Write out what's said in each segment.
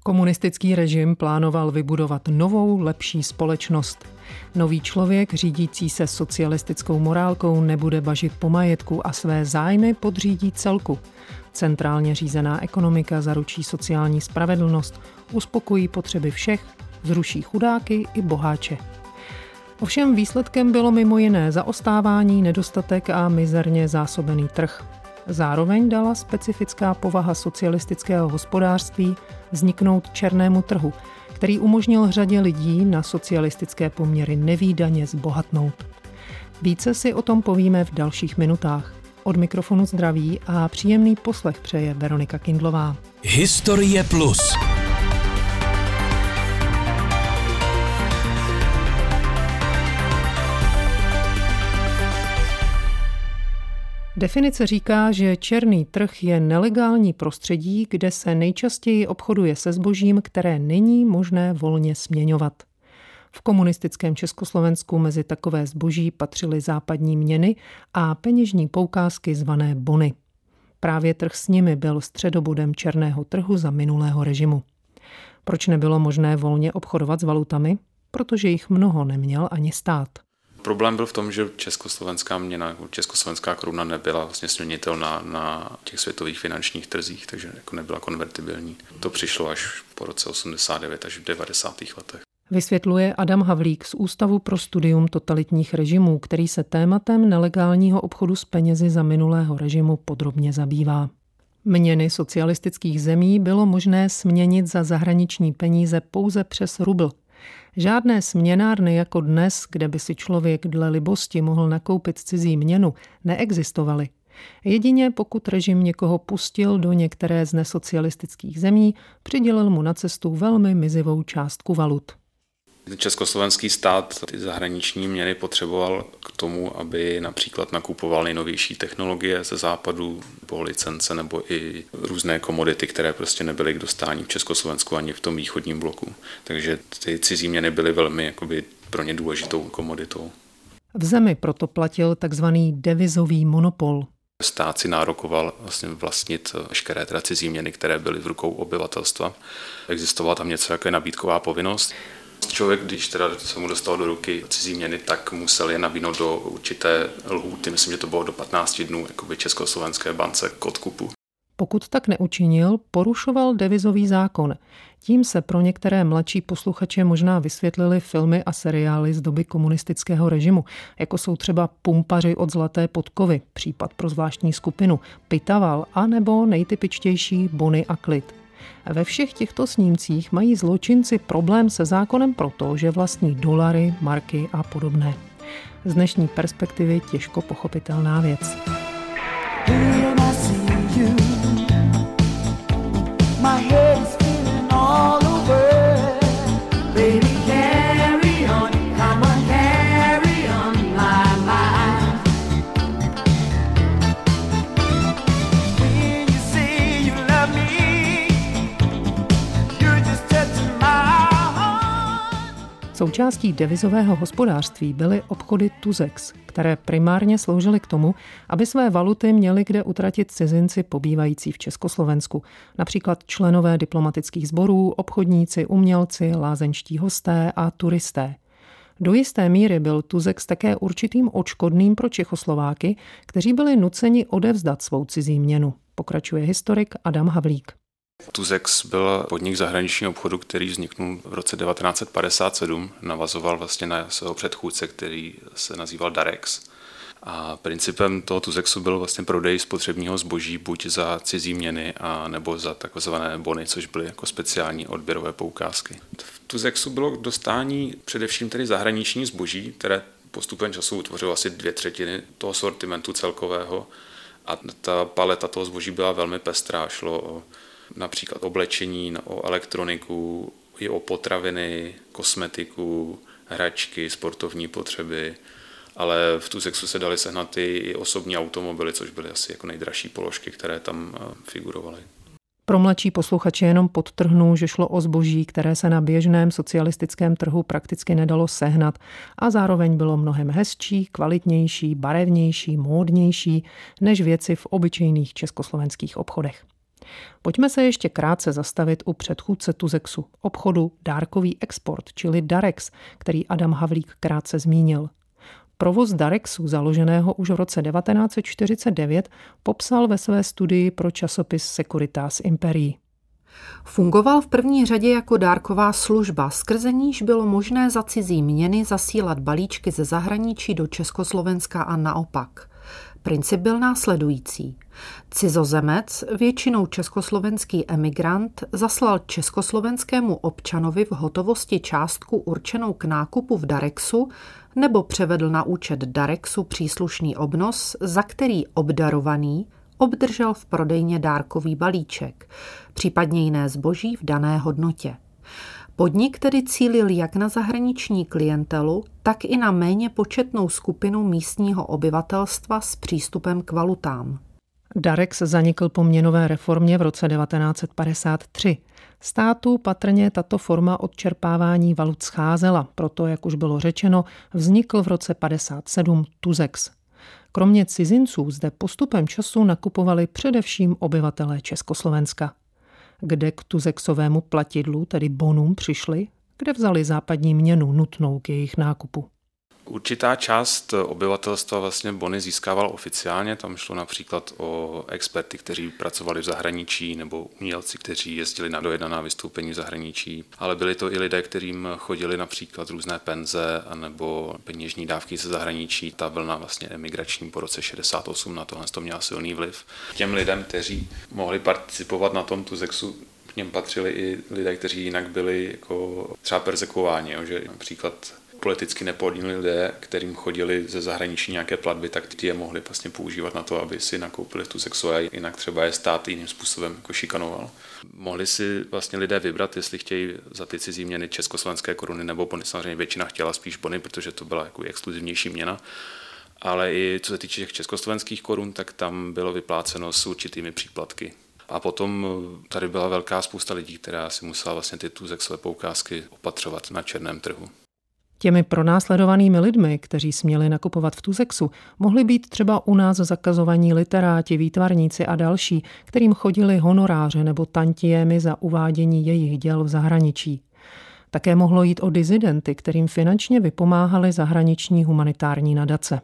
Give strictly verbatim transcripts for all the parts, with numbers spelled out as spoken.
Komunistický režim plánoval vybudovat novou, lepší společnost. Nový člověk, řídící se socialistickou morálkou, nebude bažit po majetku a své zájmy podřídí celku. Centrálně řízená ekonomika zaručí sociální spravedlnost, uspokojí potřeby všech, zruší chudáky i boháče. Ovšem výsledkem bylo mimo jiné zaostávání, nedostatek a mizerně zásobený trh. Zároveň dala specifická povaha socialistického hospodářství vzniknout černému trhu, který umožnil řadě lidí na socialistické poměry nevídaně zbohatnout. Více si o tom povíme v dalších minutách. Od mikrofonu zdraví a příjemný poslech přeje Veronika Kindlová. Historie plus. Definice říká, že černý trh je nelegální prostředí, kde se nejčastěji obchoduje se zbožím, které není možné volně směňovat. V komunistickém Československu mezi takové zboží patřily západní měny a peněžní poukázky zvané bony. Právě trh s nimi byl středobodem černého trhu za minulého režimu. Proč nebylo možné volně obchodovat s valutami? Protože jich mnoho neměl ani stát. Problém byl v tom, že československá měna, československá koruna nebyla vlastně směnitelná na těch světových finančních trzích, takže jako nebyla konvertibilní. To přišlo až po roce osmdesát devět až v devadesátých letech. Vysvětluje Adam Havlík z Ústavu pro studium totalitních režimů, který se tématem nelegálního obchodu s penězi za minulého režimu podrobně zabývá. Měny socialistických zemí bylo možné směnit za zahraniční peníze pouze přes rubl. Žádné směnárny jako dnes, kde by si člověk dle libosti mohl nakoupit cizí měnu, neexistovaly. Jedině pokud režim někoho pustil do některé z nesocialistických zemí, přidělil mu na cestu velmi mizivou částku valut. Československý stát ty zahraniční měny potřeboval k tomu, aby například nakupoval nejnovější technologie ze západu, nebo licence, nebo i různé komodity, které prostě nebyly k dostání v Československu ani v tom východním bloku. Takže ty cizí měny byly velmi jakoby, pro ně důležitou komoditou. V zemi proto platil takzvaný devizový monopol. Stát si nárokoval vlastně vlastnit veškeré teda cizí měny, které byly v rukou obyvatelstva. Existovala tam něco jako je nabídková povinnost. Člověk, když teda se mu dostal do ruky cizí měny, tak musel je nabídnout do určité lhůty. Myslím, že to bylo do patnácti dnů, jakoby Československé bance k odkupu. Pokud tak neučinil, porušoval devizový zákon. Tím se pro některé mladší posluchače možná vysvětlily filmy a seriály z doby komunistického režimu, jako jsou třeba Pumpaři od zlaté podkovy, Případ pro zvláštní skupinu, Pitaval a nebo nejtypičtější Bonnie a Clyde. Ve všech těchto snímcích mají zločinci problém se zákonem proto, že vlastní dolary, marky a podobné. Z dnešní perspektivy těžko pochopitelná věc. Součástí devizového hospodářství byly obchody Tuzex, které primárně sloužily k tomu, aby své valuty měli kde utratit cizinci pobývající v Československu, například členové diplomatických sborů, obchodníci, umělci, lázeňští hosté a turisté. Do jisté míry byl Tuzex také určitým odškodným pro Čechoslováky, kteří byli nuceni odevzdat svou cizí měnu, pokračuje historik Adam Havlík. Tuzex byl podnik zahraničního obchodu, který vzniknul v roce devatenáct set padesát sedm, navazoval vlastně na svého předchůdce, který se nazýval Darex. A principem toho Tuzexu byl vlastně prodej spotřebního zboží buď za cizí měny a nebo za takzvané bony, což byly jako speciální odběrové poukázky. V Tuzexu bylo k dostání především tedy zahraniční zboží, které postupem času utvořilo asi dvě třetiny toho sortimentu celkového a ta paleta toho zboží byla velmi pestrá, šlo o například oblečení, o elektroniku, i o potraviny, kosmetiku, hračky, sportovní potřeby, ale v Tuzexu se daly sehnat i osobní automobily, což byly asi jako nejdražší položky, které tam figurovaly. Pro mladší posluchače jenom podtrhnu, že šlo o zboží, které se na běžném socialistickém trhu prakticky nedalo sehnat a zároveň bylo mnohem hezčí, kvalitnější, barevnější, módnější než věci v obyčejných československých obchodech. Pojďme se ještě krátce zastavit u předchůdce Tuzexu, obchodu Dárkový export, čili Darex, který Adam Havlík krátce zmínil. Provoz Darexu, založeného už v roce devatenáct set čtyřicet devět, popsal ve své studii pro časopis Securitas Imperii. Fungoval v první řadě jako dárková služba, skrze níž bylo možné za cizí měny zasílat balíčky ze zahraničí do Československa a naopak. Princip byl následující. Cizozemec, většinou československý emigrant, zaslal československému občanovi v hotovosti částku určenou k nákupu v Darexu nebo převedl na účet Darexu příslušný obnos, za který obdarovaný obdržel v prodejně dárkový balíček, případně jiné zboží v dané hodnotě. Podnik tedy cílil jak na zahraniční klientelu, tak i na méně početnou skupinu místního obyvatelstva s přístupem k valutám. Darex zanikl po měnové reformě v roce devatenáct set padesát tři. Státu patrně tato forma odčerpávání valut scházela, proto, jak už bylo řečeno, vznikl v roce padesát sedm Tuzex. Kromě cizinců zde postupem času nakupovali především obyvatelé Československa. Kde k tuzexovému platidlu, tedy bonům, přišli, kde vzali západní měnu nutnou k jejich nákupu. Určitá část obyvatelstva vlastně bony získával oficiálně, tam šlo například o experty, kteří pracovali v zahraničí, nebo umělci, kteří jezdili na dojednaná vystoupení v zahraničí, ale byli to i lidé, kterým chodili například různé penze anebo peněžní dávky ze zahraničí. Ta vlna vlastně emigrační po roce šedesát osm na tohle to měla silný vliv. Těm lidem, kteří mohli participovat na tom Tuzexu, k něm patřili i lidé, kteří jinak byli jako třeba perzekuováni, že například politicky nepodlní lidé, kterým chodili ze zahraničí nějaké platby, tak ty je mohli vlastně používat na to, aby si nakoupili tu sexu a jinak třeba je stát jiným způsobem jako šikanoval. Mohli si vlastně lidé vybrat, jestli chtějí za ty cizí měny československé koruny nebo bony. Samozřejmě většina chtěla spíš bony, protože to byla jako exkluzivnější měna. Ale i co se týče těch československých korun, tak tam bylo vypláceno s určitými příplatky. A potom tady byla velká spousta lidí, která si musela vlastně ty tuzexové poukázky opatřovat na černém trhu. Těmi pronásledovanými lidmi, kteří směli nakupovat v Tuzexu, mohli být třeba u nás zakazovaní literáti, výtvarníci a další, kterým chodili honoráře nebo tantiémy za uvádění jejich děl v zahraničí. Také mohlo jít o dizidenty, kterým finančně vypomáhaly zahraniční humanitární nadace.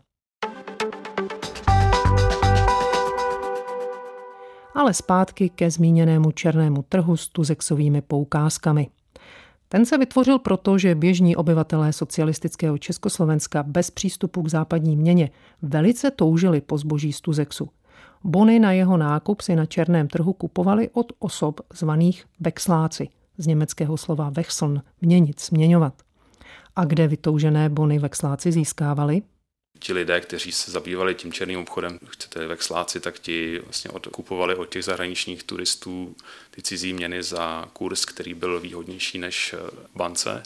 Ale zpátky ke zmíněnému černému trhu s tuzexovými poukázkami. Ten se vytvořil proto, že běžní obyvatelé socialistického Československa bez přístupu k západní měně velice toužili po zboží z Tuzexu. Bony na jeho nákup si na černém trhu kupovali od osob zvaných vexláci, z německého slova wechseln, měnit, směňovat. A kde vytoužené bony vexláci získávali? Ti lidé, kteří se zabývali tím černým obchodem, chcete vexláci, tak ti vlastně odkupovali od těch zahraničních turistů ty cizí měny za kurz, který byl výhodnější než bance.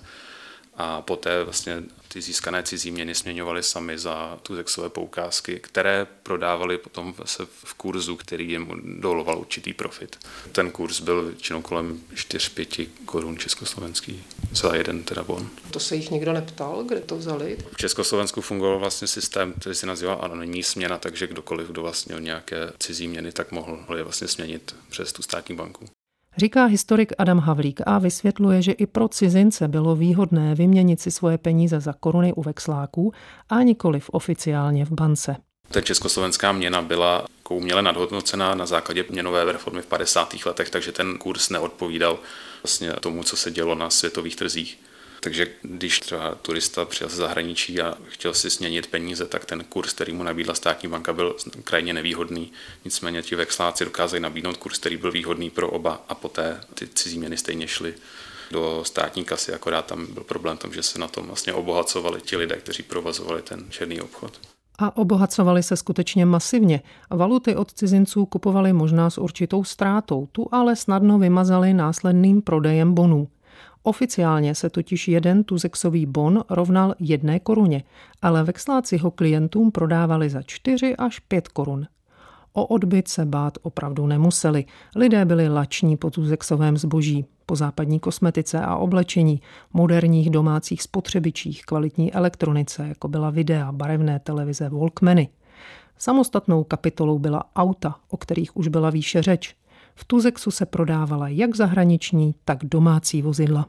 A poté vlastně ty získané cizí měny směňovali sami za tuzexové poukázky, které prodávali potom se v kurzu, který jim doloval určitý profit. Ten kurz byl většinou kolem čtyři pět korun československý za jeden teda bon. To se jich nikdo neptal, kde to vzali? V Československu fungoval vlastně systém, který se nazýval anonymní směna, takže kdokoliv, kdo vlastně měl nějaké cizí měny, tak mohl je vlastně směnit přes tu státní banku. Říká historik Adam Havlík a vysvětluje, že i pro cizince bylo výhodné vyměnit si svoje peníze za koruny u vexláků a nikoliv oficiálně v bance. Ta československá měna byla uměle nadhodnocená na základě měnové reformy v padesátých letech, takže ten kurz neodpovídal vlastně tomu, co se dělo na světových trzích. Takže když třeba turista přijel ze zahraničí a chtěl si směnit peníze, tak ten kurz, který mu nabídla státní banka, byl krajně nevýhodný. Nicméně ti vexláci dokázali nabídnout kurz, který byl výhodný pro oba a poté ty cizí měny stejně šly do státní kasy, akorát tam byl problém v tom, že se na tom vlastně obohacovali ti lidé, kteří provozovali ten černý obchod. A obohacovali se skutečně masivně. Valuty od cizinců kupovali možná s určitou ztrátou, tu ale snadno vymazali následným prodejem bonů. Oficiálně se totiž jeden tuzexový bon rovnal jedné koruně, ale vexláci ho klientům prodávali za čtyři až pět korun. O odbyt se bát opravdu nemuseli. Lidé byli lační po tuzexovém zboží, po západní kosmetice a oblečení, moderních domácích spotřebičích, kvalitní elektronice, jako byla videa, barevné televize, Walkmany. Samostatnou kapitolou byla auta, o kterých už byla výše řeč. V Tuzexu se prodávala jak zahraniční, tak domácí vozidla.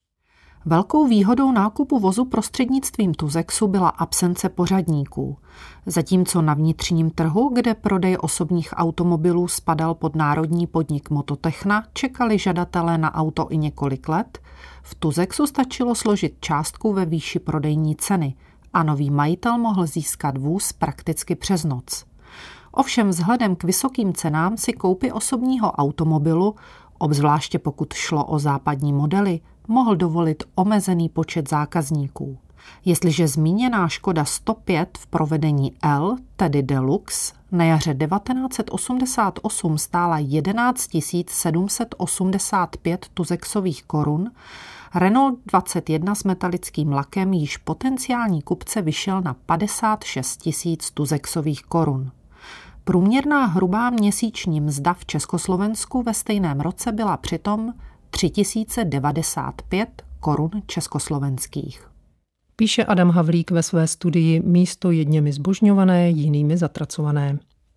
Velkou výhodou nákupu vozu prostřednictvím Tuzexu byla absence pořadníků. Zatímco na vnitřním trhu, kde prodej osobních automobilů spadal pod národní podnik Mototechna, čekali žadatelé na auto i několik let, v Tuzexu stačilo složit částku ve výši prodejní ceny a nový majitel mohl získat vůz prakticky přes noc. Ovšem vzhledem k vysokým cenám si koupy osobního automobilu, obzvláště pokud šlo o západní modely, mohl dovolit omezený počet zákazníků. Jestliže zmíněná Škoda sto pět v provedení L, tedy Deluxe, na jaře devatenáct set osmdesát osm stála jedenáct tisíc sedm set osmdesát pět tuzexových korun, Renault dvacet jedna s metalickým lakem již potenciální kupce vyšel na padesát šest tisíc tuzexových korun. Průměrná hrubá měsíční mzda v Československu ve stejném roce byla přitom tři tisíce devadesát pět korun československých. Píše Adam Havlík ve své studii Místo jedněmi zbožňované, jinými zatracované.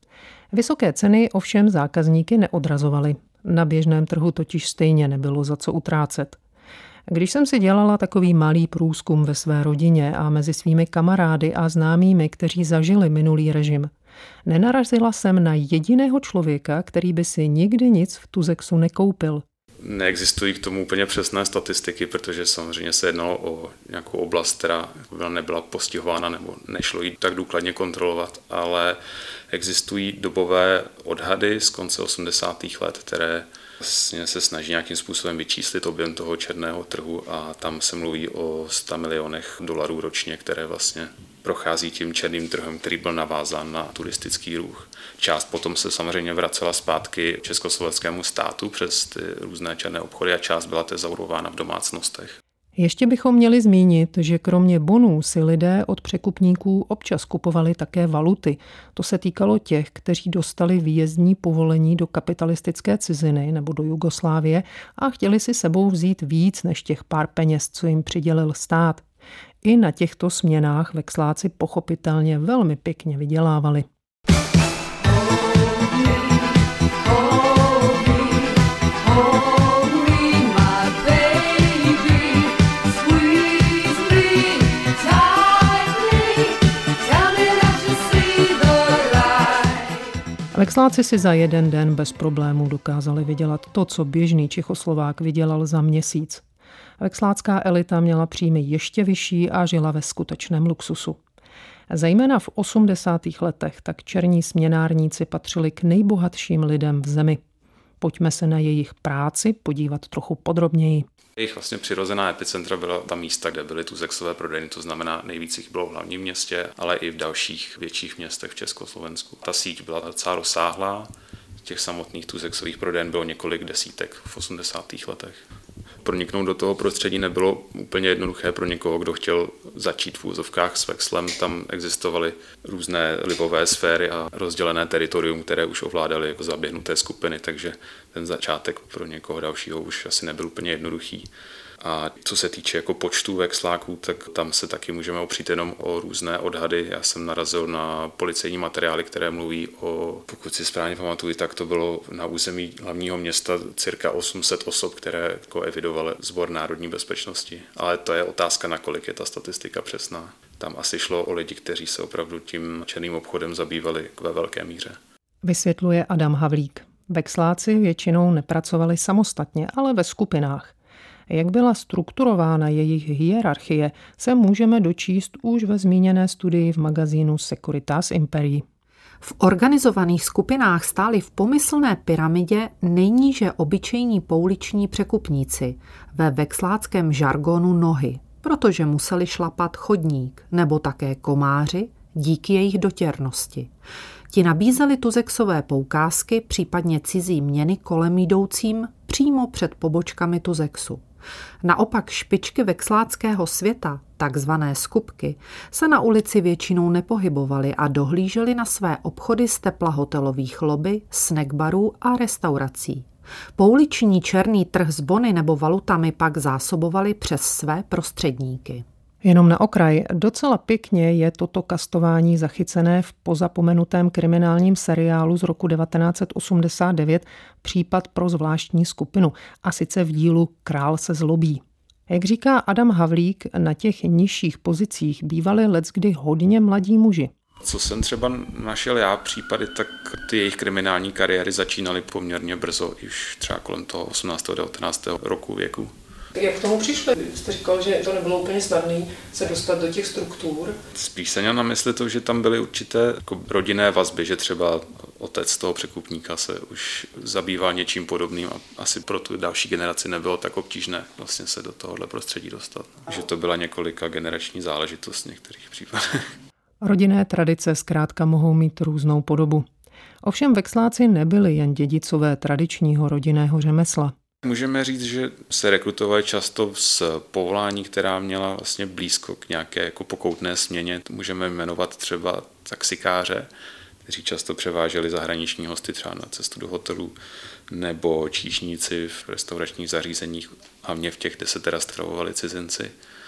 Vysoké ceny ovšem zákazníky neodrazovaly. Na běžném trhu totiž stejně nebylo za co utrácet. Když jsem si dělala takový malý průzkum ve své rodině a mezi svými kamarády a známými, kteří zažili minulý režim, nenarazila jsem na jediného člověka, který by si nikdy nic v Tuzexu nekoupil. Neexistují k tomu úplně přesné statistiky, protože samozřejmě se jednalo o nějakou oblast, která nebyla postihována nebo nešlo ji tak důkladně kontrolovat, ale existují dobové odhady z konce osmdesátých let, které se snaží nějakým způsobem vyčíslit objem toho černého trhu a tam se mluví o sto milionech dolarů ročně, které vlastně prochází tím černým trhem, který byl navázán na turistický ruch. Část potom se samozřejmě vracela zpátky československému státu přes ty různé černé obchody a část byla tezaurována v domácnostech. Ještě bychom měli zmínit, že kromě bonů si lidé od překupníků občas kupovali také valuty. To se týkalo těch, kteří dostali výjezdní povolení do kapitalistické ciziny nebo do Jugoslávie a chtěli si sebou vzít víc než těch pár peněz, co jim přidělil stát. I na těchto směnách veksláci pochopitelně velmi pěkně vydělávali. Veksláci si za jeden den bez problémů dokázali vydělat to, co běžný Čechoslovák vydělal za měsíc. Vekslácká elita měla příjmy ještě vyšší a žila ve skutečném luxusu. Zejména v osmdesátých letech tak černí směnárníci patřili k nejbohatším lidem v zemi. Pojďme se na jejich práci podívat trochu podrobněji. Jejich vlastně přirozená epicentra byla ta místa, kde byly tuzexové prodejny, to znamená nejvíc jich bylo v hlavním městě, ale i v dalších větších městech v Československu. Ta síť byla docela rozsáhlá, těch samotných tuzexových prodejen bylo několik desítek v osmdesátých letech. Proniknout do toho prostředí nebylo úplně jednoduché pro někoho, kdo chtěl začít v úzovkách s vexlem. Tam existovaly různé vlivové sféry a rozdělené teritorium, které už ovládaly jako zaběhnuté skupiny, takže ten začátek pro někoho dalšího už asi nebyl úplně jednoduchý. A co se týče jako počtu vexláků, tak tam se taky můžeme opřít jenom o různé odhady. Já jsem narazil na policejní materiály, které mluví o, pokud si správně pamatuju, tak to bylo na území hlavního města cirka osm set osob, které jako evidovaly Sbor národní bezpečnosti. Ale to je otázka, nakolik je ta statistika přesná. Tam asi šlo o lidi, kteří se opravdu tím černým obchodem zabývali ve velké míře. Vysvětluje Adam Havlík. Veksláci většinou nepracovali samostatně, ale ve skupinách. Jak byla strukturována jejich hierarchie, se můžeme dočíst už ve zmíněné studii v magazínu Securitas Imperii. V organizovaných skupinách stáli v pomyslné pyramidě nejníže obyčejní pouliční překupníci, ve veksláckém žargonu nohy, protože museli šlapat chodník, nebo také komáři díky jejich dotěrnosti. Ti nabízeli tuzexové poukázky, případně cizí měny kolem jdoucím přímo před pobočkami Tuzexu. Naopak špičky veksláckého světa, takzvané skupky, se na ulici většinou nepohybovaly a dohlíželi na své obchody z tepla hotelových lobby, snackbarů a restaurací. Pouliční černý trh s bony nebo valutami pak zásobovali přes své prostředníky. Jenom na okraj, docela pěkně je toto kastování zachycené v pozapomenutém kriminálním seriálu z roku devatenáct set osmdesát devět Případ pro zvláštní skupinu, a sice v dílu Král se zlobí. Jak říká Adam Havlík, na těch nižších pozicích bývali leckdy hodně mladí muži. Co jsem třeba našel já případy, tak ty jejich kriminální kariéry začínaly poměrně brzo, už třeba kolem toho osmnáctého devatenáctého roku věku. Jak k tomu přišli? Jste říkal, že to nebylo úplně snadné se dostat do těch struktur. Spíš se měl na mysli to, že tam byly určité jako rodinné vazby, že třeba otec toho překupníka se už zabýval něčím podobným a asi pro tu další generaci nebylo tak obtížné vlastně se do tohohle prostředí dostat. Že to byla několika generační záležitost v některých případech. Rodinné tradice zkrátka mohou mít různou podobu. Ovšem veksláci nebyli jen dědicové tradičního rodinného řemesla. Můžeme říct, že se rekrutovali často z povolání, která měla vlastně blízko k nějaké jako pokoutné směně. Můžeme jmenovat třeba taxikáře, kteří často převáželi zahraniční hosty třeba na cestu do hotelu, nebo číšníci v restauračních zařízeních, hlavně v těch, kde se teda stravovali cizinci.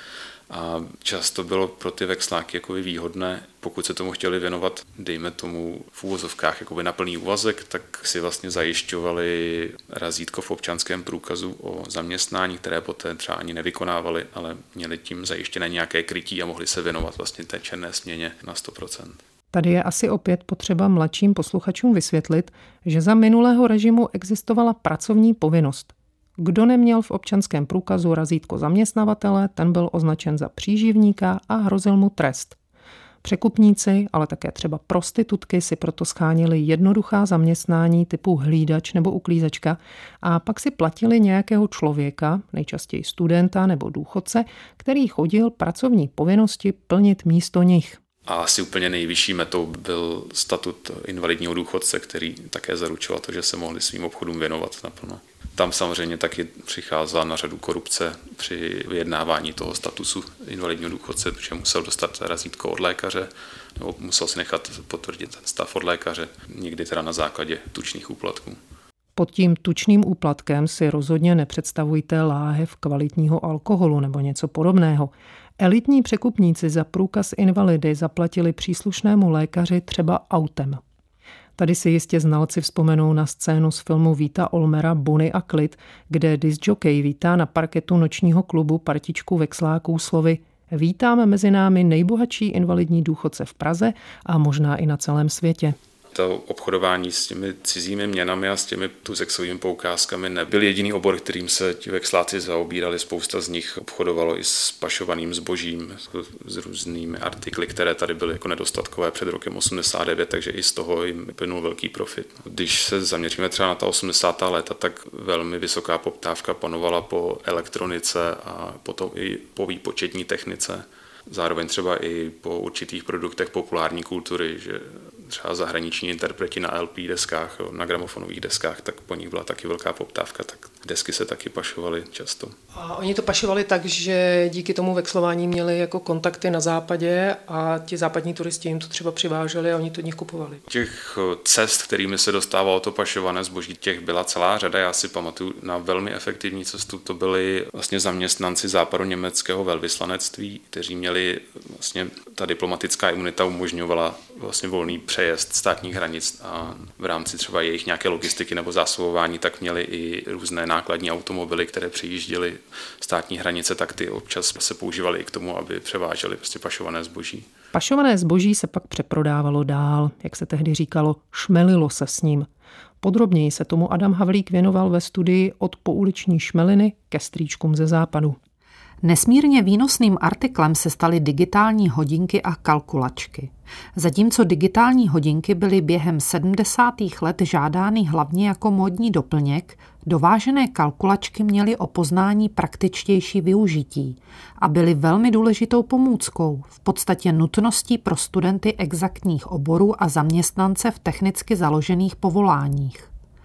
A často bylo pro ty veksláky jakoby výhodné, pokud se tomu chtěli věnovat, dejme tomu v úvozovkách jakoby na plný úvazek, tak si vlastně zajišťovali razítko v občanském průkazu o zaměstnání, které poté třeba ani nevykonávali, ale měli tím zajištěné nějaké krytí a mohli se věnovat vlastně té černé směně na sto procent. Tady je asi opět potřeba mladším posluchačům vysvětlit, že za minulého režimu existovala pracovní povinnost. Kdo neměl v občanském průkazu razítko zaměstnavatele, ten byl označen za příživníka a hrozil mu trest. Překupníci, ale také třeba prostitutky si proto schánili jednoduchá zaměstnání typu hlídač nebo uklízečka a pak si platili nějakého člověka, nejčastěji studenta nebo důchodce, který chodil pracovní povinnosti plnit místo nich. A asi úplně nejvyšší metou byl statut invalidního důchodce, který také zaručoval to, že se mohli svým obchodům věnovat naplno. Tam samozřejmě taky přicházela na řadu korupce při vyjednávání toho statusu invalidního důchodce, protože musel dostat razítko od lékaře, nebo musel si nechat potvrdit ten stav od lékaře, někdy teda na základě tučných úplatků. Pod tím tučným úplatkem si rozhodně nepředstavujte láhev kvalitního alkoholu nebo něco podobného. Elitní překupníci za průkaz invalidy zaplatili příslušnému lékaři třeba autem. Tady si jistě znalci vzpomenou na scénu z filmu Víta Olmera Bonnie a Clyde, kde discjockey vítá na parketu nočního klubu partičku veksláků slovy "Vítáme mezi námi nejbohatší invalidní důchodce v Praze a možná i na celém světě." To obchodování s těmi cizími měnami a s těmi tuzexovými poukázkami nebyl jediný obor, kterým se ti veksláci zaobírali. Spousta z nich obchodovalo i s pašovaným zbožím, s různými artikly, které tady byly jako nedostatkové před rokem osmdesát devět, takže i z toho jim plynul velký profit. Když se zaměříme třeba na ta osmdesátá léta, tak velmi vysoká poptávka panovala po elektronice a potom i po výpočetní technice. Zároveň třeba i po určitých produktech populární kultury, že třeba zahraniční interpreti na el pé deskách, na gramofonových deskách, tak po nich byla taky velká poptávka, tak desky se taky pašovaly často. A oni to pašovali tak, že díky tomu vekslování měli jako kontakty na západě a ti západní turisti jim to třeba přiváželi a oni to od nich kupovali. Těch cest, kterými se dostávalo to pašované zboží, těch byla celá řada. Já si pamatuju na velmi efektivní cestu, to byli vlastně zaměstnanci západoněmeckého velvyslanectví, kteří měli vlastně, ta diplomatická imunita umožňovala vlastně volný přejezd státních hranic a v rámci třeba jejich nějaké logistiky nebo zásobování, tak měli i různé nákladní automobily, které přijížděly státní hranice, tak ty občas se používaly i k tomu, aby převážely prostě pašované zboží. Pašované zboží se pak přeprodávalo dál, jak se tehdy říkalo, šmelilo se s ním. Podrobněji se tomu Adam Havlík věnoval ve studii Od pouliční šmeliny ke strýčkům ze západu. Nesmírně výnosným artiklem se staly digitální hodinky a kalkulačky. Zatímco digitální hodinky byly během sedmdesátých let žádány hlavně jako módní doplněk, dovážené kalkulačky měly o poznání praktičtější využití a byly velmi důležitou pomůckou, v podstatě nutností pro studenty exaktních oborů a zaměstnance v technicky založených povoláních.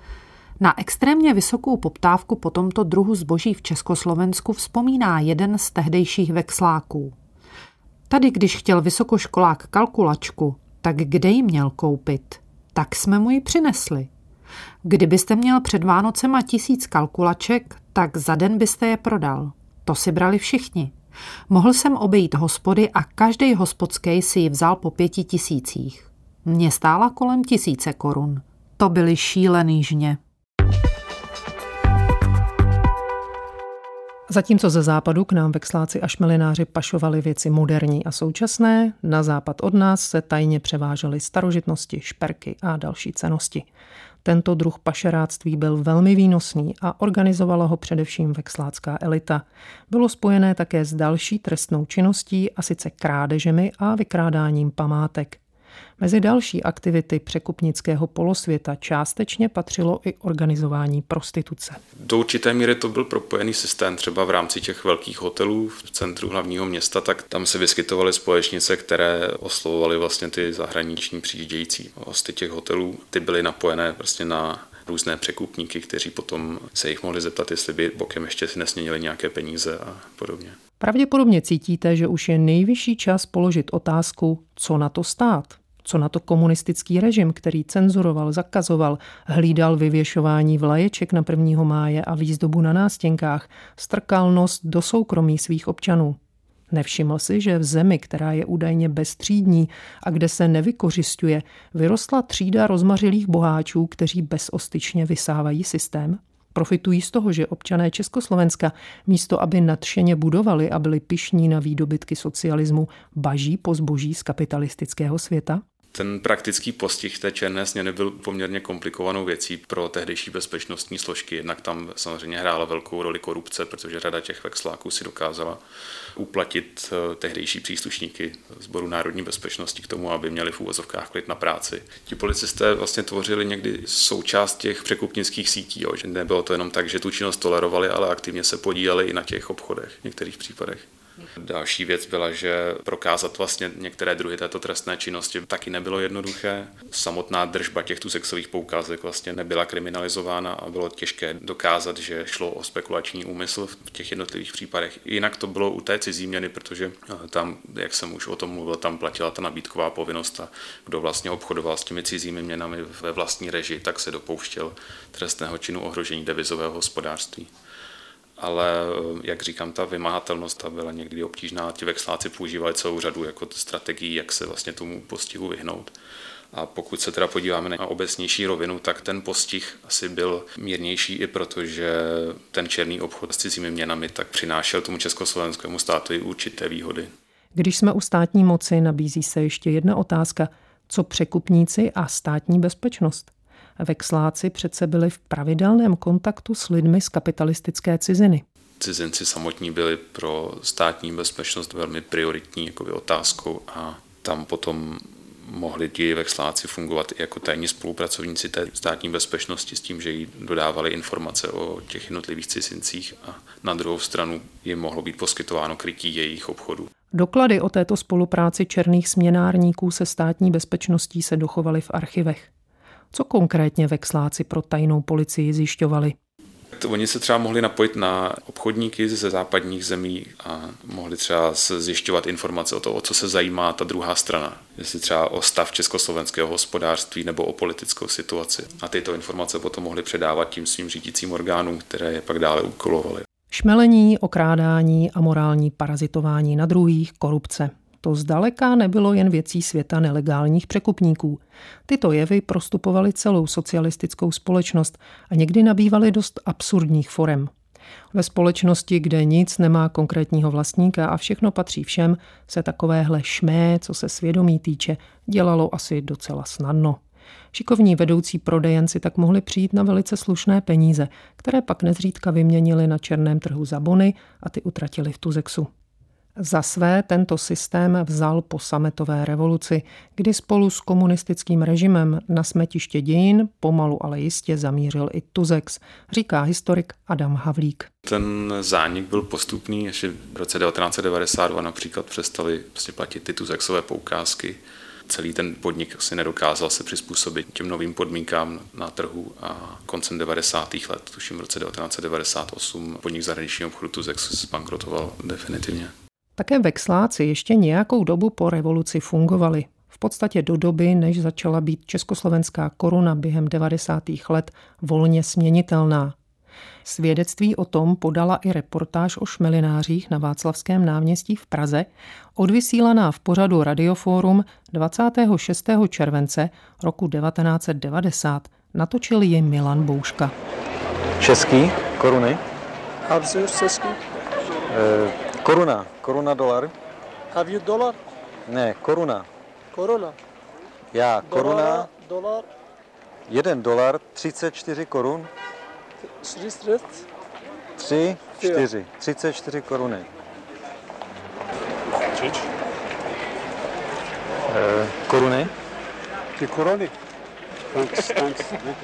Na extrémně vysokou poptávku po tomto druhu zboží v Československu vzpomíná jeden z tehdejších veksláků. Tady, když chtěl vysokoškolák kalkulačku, tak kde ji měl koupit? Tak jsme mu ji přinesli. Kdybyste měl před Vánocema tisíc kalkulaček, tak za den byste je prodal. To si brali všichni. Mohl jsem obejít hospody a každý hospodský si ji vzal po pěti tisících. Mě stála kolem tisíce korun. To byly šílený žně. Zatímco ze západu k nám veksláci a šmelináři pašovali věci moderní a současné, na západ od nás se tajně převážely starožitnosti, šperky a další cennosti. Tento druh pašeráctví byl velmi výnosný a organizovala ho především vekslácká elita. Bylo spojené také s další trestnou činností, a sice krádežemi a vykrádáním památek. Mezi další aktivity překupnického polosvěta částečně patřilo i organizování prostituce. Do určité míry to byl propojený systém, třeba v rámci těch velkých hotelů v centru hlavního města, tak tam se vyskytovaly společnice, které oslovovaly vlastně ty zahraniční přijíždějící hosty těch hotelů. Ty byly napojené prostě na různé překupníky, kteří potom se jich mohli zeptat, jestli by bokem ještě si nesměnili nějaké peníze a podobně. Pravděpodobně cítíte, že už je nejvyšší čas položit otázku, co na to stát. Co na to komunistický režim, který cenzuroval, zakazoval, hlídal vyvěšování vlaječek na prvního máje a výzdobu na nástěnkách, strkal nos do soukromí svých občanů. Nevšiml si, že v zemi, která je údajně beztřídní a kde se nevykořisťuje, vyrostla třída rozmařilých boháčů, kteří bezostyčně vysávají systém? Profitují z toho, že občané Československa místo aby nadšeně budovali a byli pyšní na výdobytky socialismu, baží po zboží z kapitalistického světa? Ten praktický postih té černé směny byl poměrně komplikovanou věcí pro tehdejší bezpečnostní složky. Jednak tam samozřejmě hrála velkou roli korupce, protože řada těch veksláků si dokázala uplatit tehdejší příslušníky Sboru národní bezpečnosti k tomu, aby měli v úvozovkách klid na práci. Ti policisté vlastně tvořili někdy součást těch překupnických sítí. Jo. Že nebylo to jenom tak, že tu činnost tolerovali, ale aktivně se podíleli i na těch obchodech v některých případech. Další věc byla, že prokázat vlastně některé druhy této trestné činnosti taky nebylo jednoduché. Samotná držba těch tuzexových poukázek vlastně nebyla kriminalizována a bylo těžké dokázat, že šlo o spekulační úmysl v těch jednotlivých případech. Jinak to bylo u té cizí měny, protože tam, jak jsem už o tom mluvil, tam platila ta nabídková povinnost a kdo vlastně obchodoval s těmi cizími měnami ve vlastní režii, tak se dopouštěl trestného činu ohrožení devizového hospodářství. Ale, jak říkám, ta vymahatelnost ta byla někdy obtížná. Ti veksláci používali celou řadu jako strategií, jak se vlastně tomu postihu vyhnout. A pokud se teda podíváme na obecnější rovinu, tak ten postih asi byl mírnější i proto, že ten černý obchod s cizími měnami tak přinášel tomu československému státu i určité výhody. Když jsme u státní moci, nabízí se ještě jedna otázka. Co překupníci a státní bezpečnost? Veksláci přece byli v pravidelném kontaktu s lidmi z kapitalistické ciziny. Cizinci samotní byli pro státní bezpečnost velmi prioritní jakoby otázkou a tam potom mohli ti veksláci fungovat i jako tajní spolupracovníci té státní bezpečnosti s tím, že jí dodávali informace o těch jednotlivých cizincích a na druhou stranu jim mohlo být poskytováno krytí jejich obchodů. Doklady o této spolupráci černých směnárníků se státní bezpečností se dochovaly v archivech. Co konkrétně veksláci pro tajnou policii zjišťovali? Oni se třeba mohli napojit na obchodníky ze západních zemí a mohli třeba zjišťovat informace o to, o co se zajímá ta druhá strana. Jestli třeba o stav československého hospodářství nebo o politickou situaci. A tyto informace potom mohli předávat tím svým řídícím orgánům, které je pak dále úkolovaly. Šmelení, okrádání a morální parazitování na druhých, korupce. To zdaleka nebylo jen věcí světa nelegálních překupníků. Tyto jevy prostupovaly celou socialistickou společnost a někdy nabývaly dost absurdních forem. Ve společnosti, kde nic nemá konkrétního vlastníka a všechno patří všem, se takovéhle šmé, co se svědomí týče, dělalo asi docela snadno. Šikovní vedoucí prodejenci tak mohli přijít na velice slušné peníze, které pak nezřídka vyměnili na černém trhu za bony a ty utratili v tuzexu. Za své tento systém vzal po sametové revoluci, kdy spolu s komunistickým režimem na smetiště dějin pomalu ale jistě zamířil i tuzex, říká historik Adam Havlík. Ten zánik byl postupný, ještě v roce devatenáct set devadesát dva například přestali prostě platit ty tuzexové poukázky. Celý ten podnik asi nedokázal se přizpůsobit těm novým podmínkám na trhu a koncem devadesátých let, tuším v roce devatenáct set devadesát osm, podnik zahraničního obchodu Tuzex zbankrotoval definitivně. Také veksláci ještě nějakou dobu po revoluci fungovali. V podstatě do doby, než začala být československá koruna během devadesátých let volně směnitelná. Svědectví o tom podala i reportáž o šmelinářích na Václavském náměstí v Praze, odvysílaná v pořadu Radioforum dvacátého šestého července roku devatenáct set devadesát. Natočil ji Milan Bouška. Český koruny? Have you český? E, koruna, koruna dolar. Have you dollar? Ne, koruna. Koruna. Já, koruna. Dolar. Jeden dolar, třicet čtyři korun. třicet. Tři, čtyři, třicet čtyři koruny. Čič? E, koruny? Ty koruny. Thanks, thanks.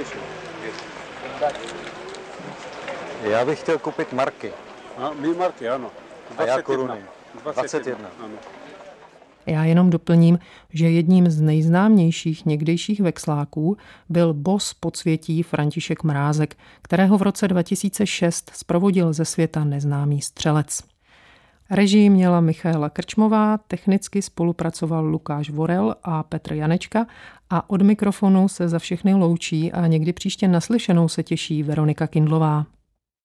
Já bych chtěl koupit marky. A my marky, ano. A já koruny. dvacet jedna. Ano. Já jenom doplním, že jedním z nejznámějších někdejších vexláků byl boss podsvětí František Mrázek, kterého v roce dva tisíce šest zprovodil ze světa neznámý střelec. Režii měla Michaela Krčmová, technicky spolupracoval Lukáš Vorel a Petr Janečka a od mikrofonu se za všechny loučí a někdy příště naslyšenou se těší Veronika Kindlová.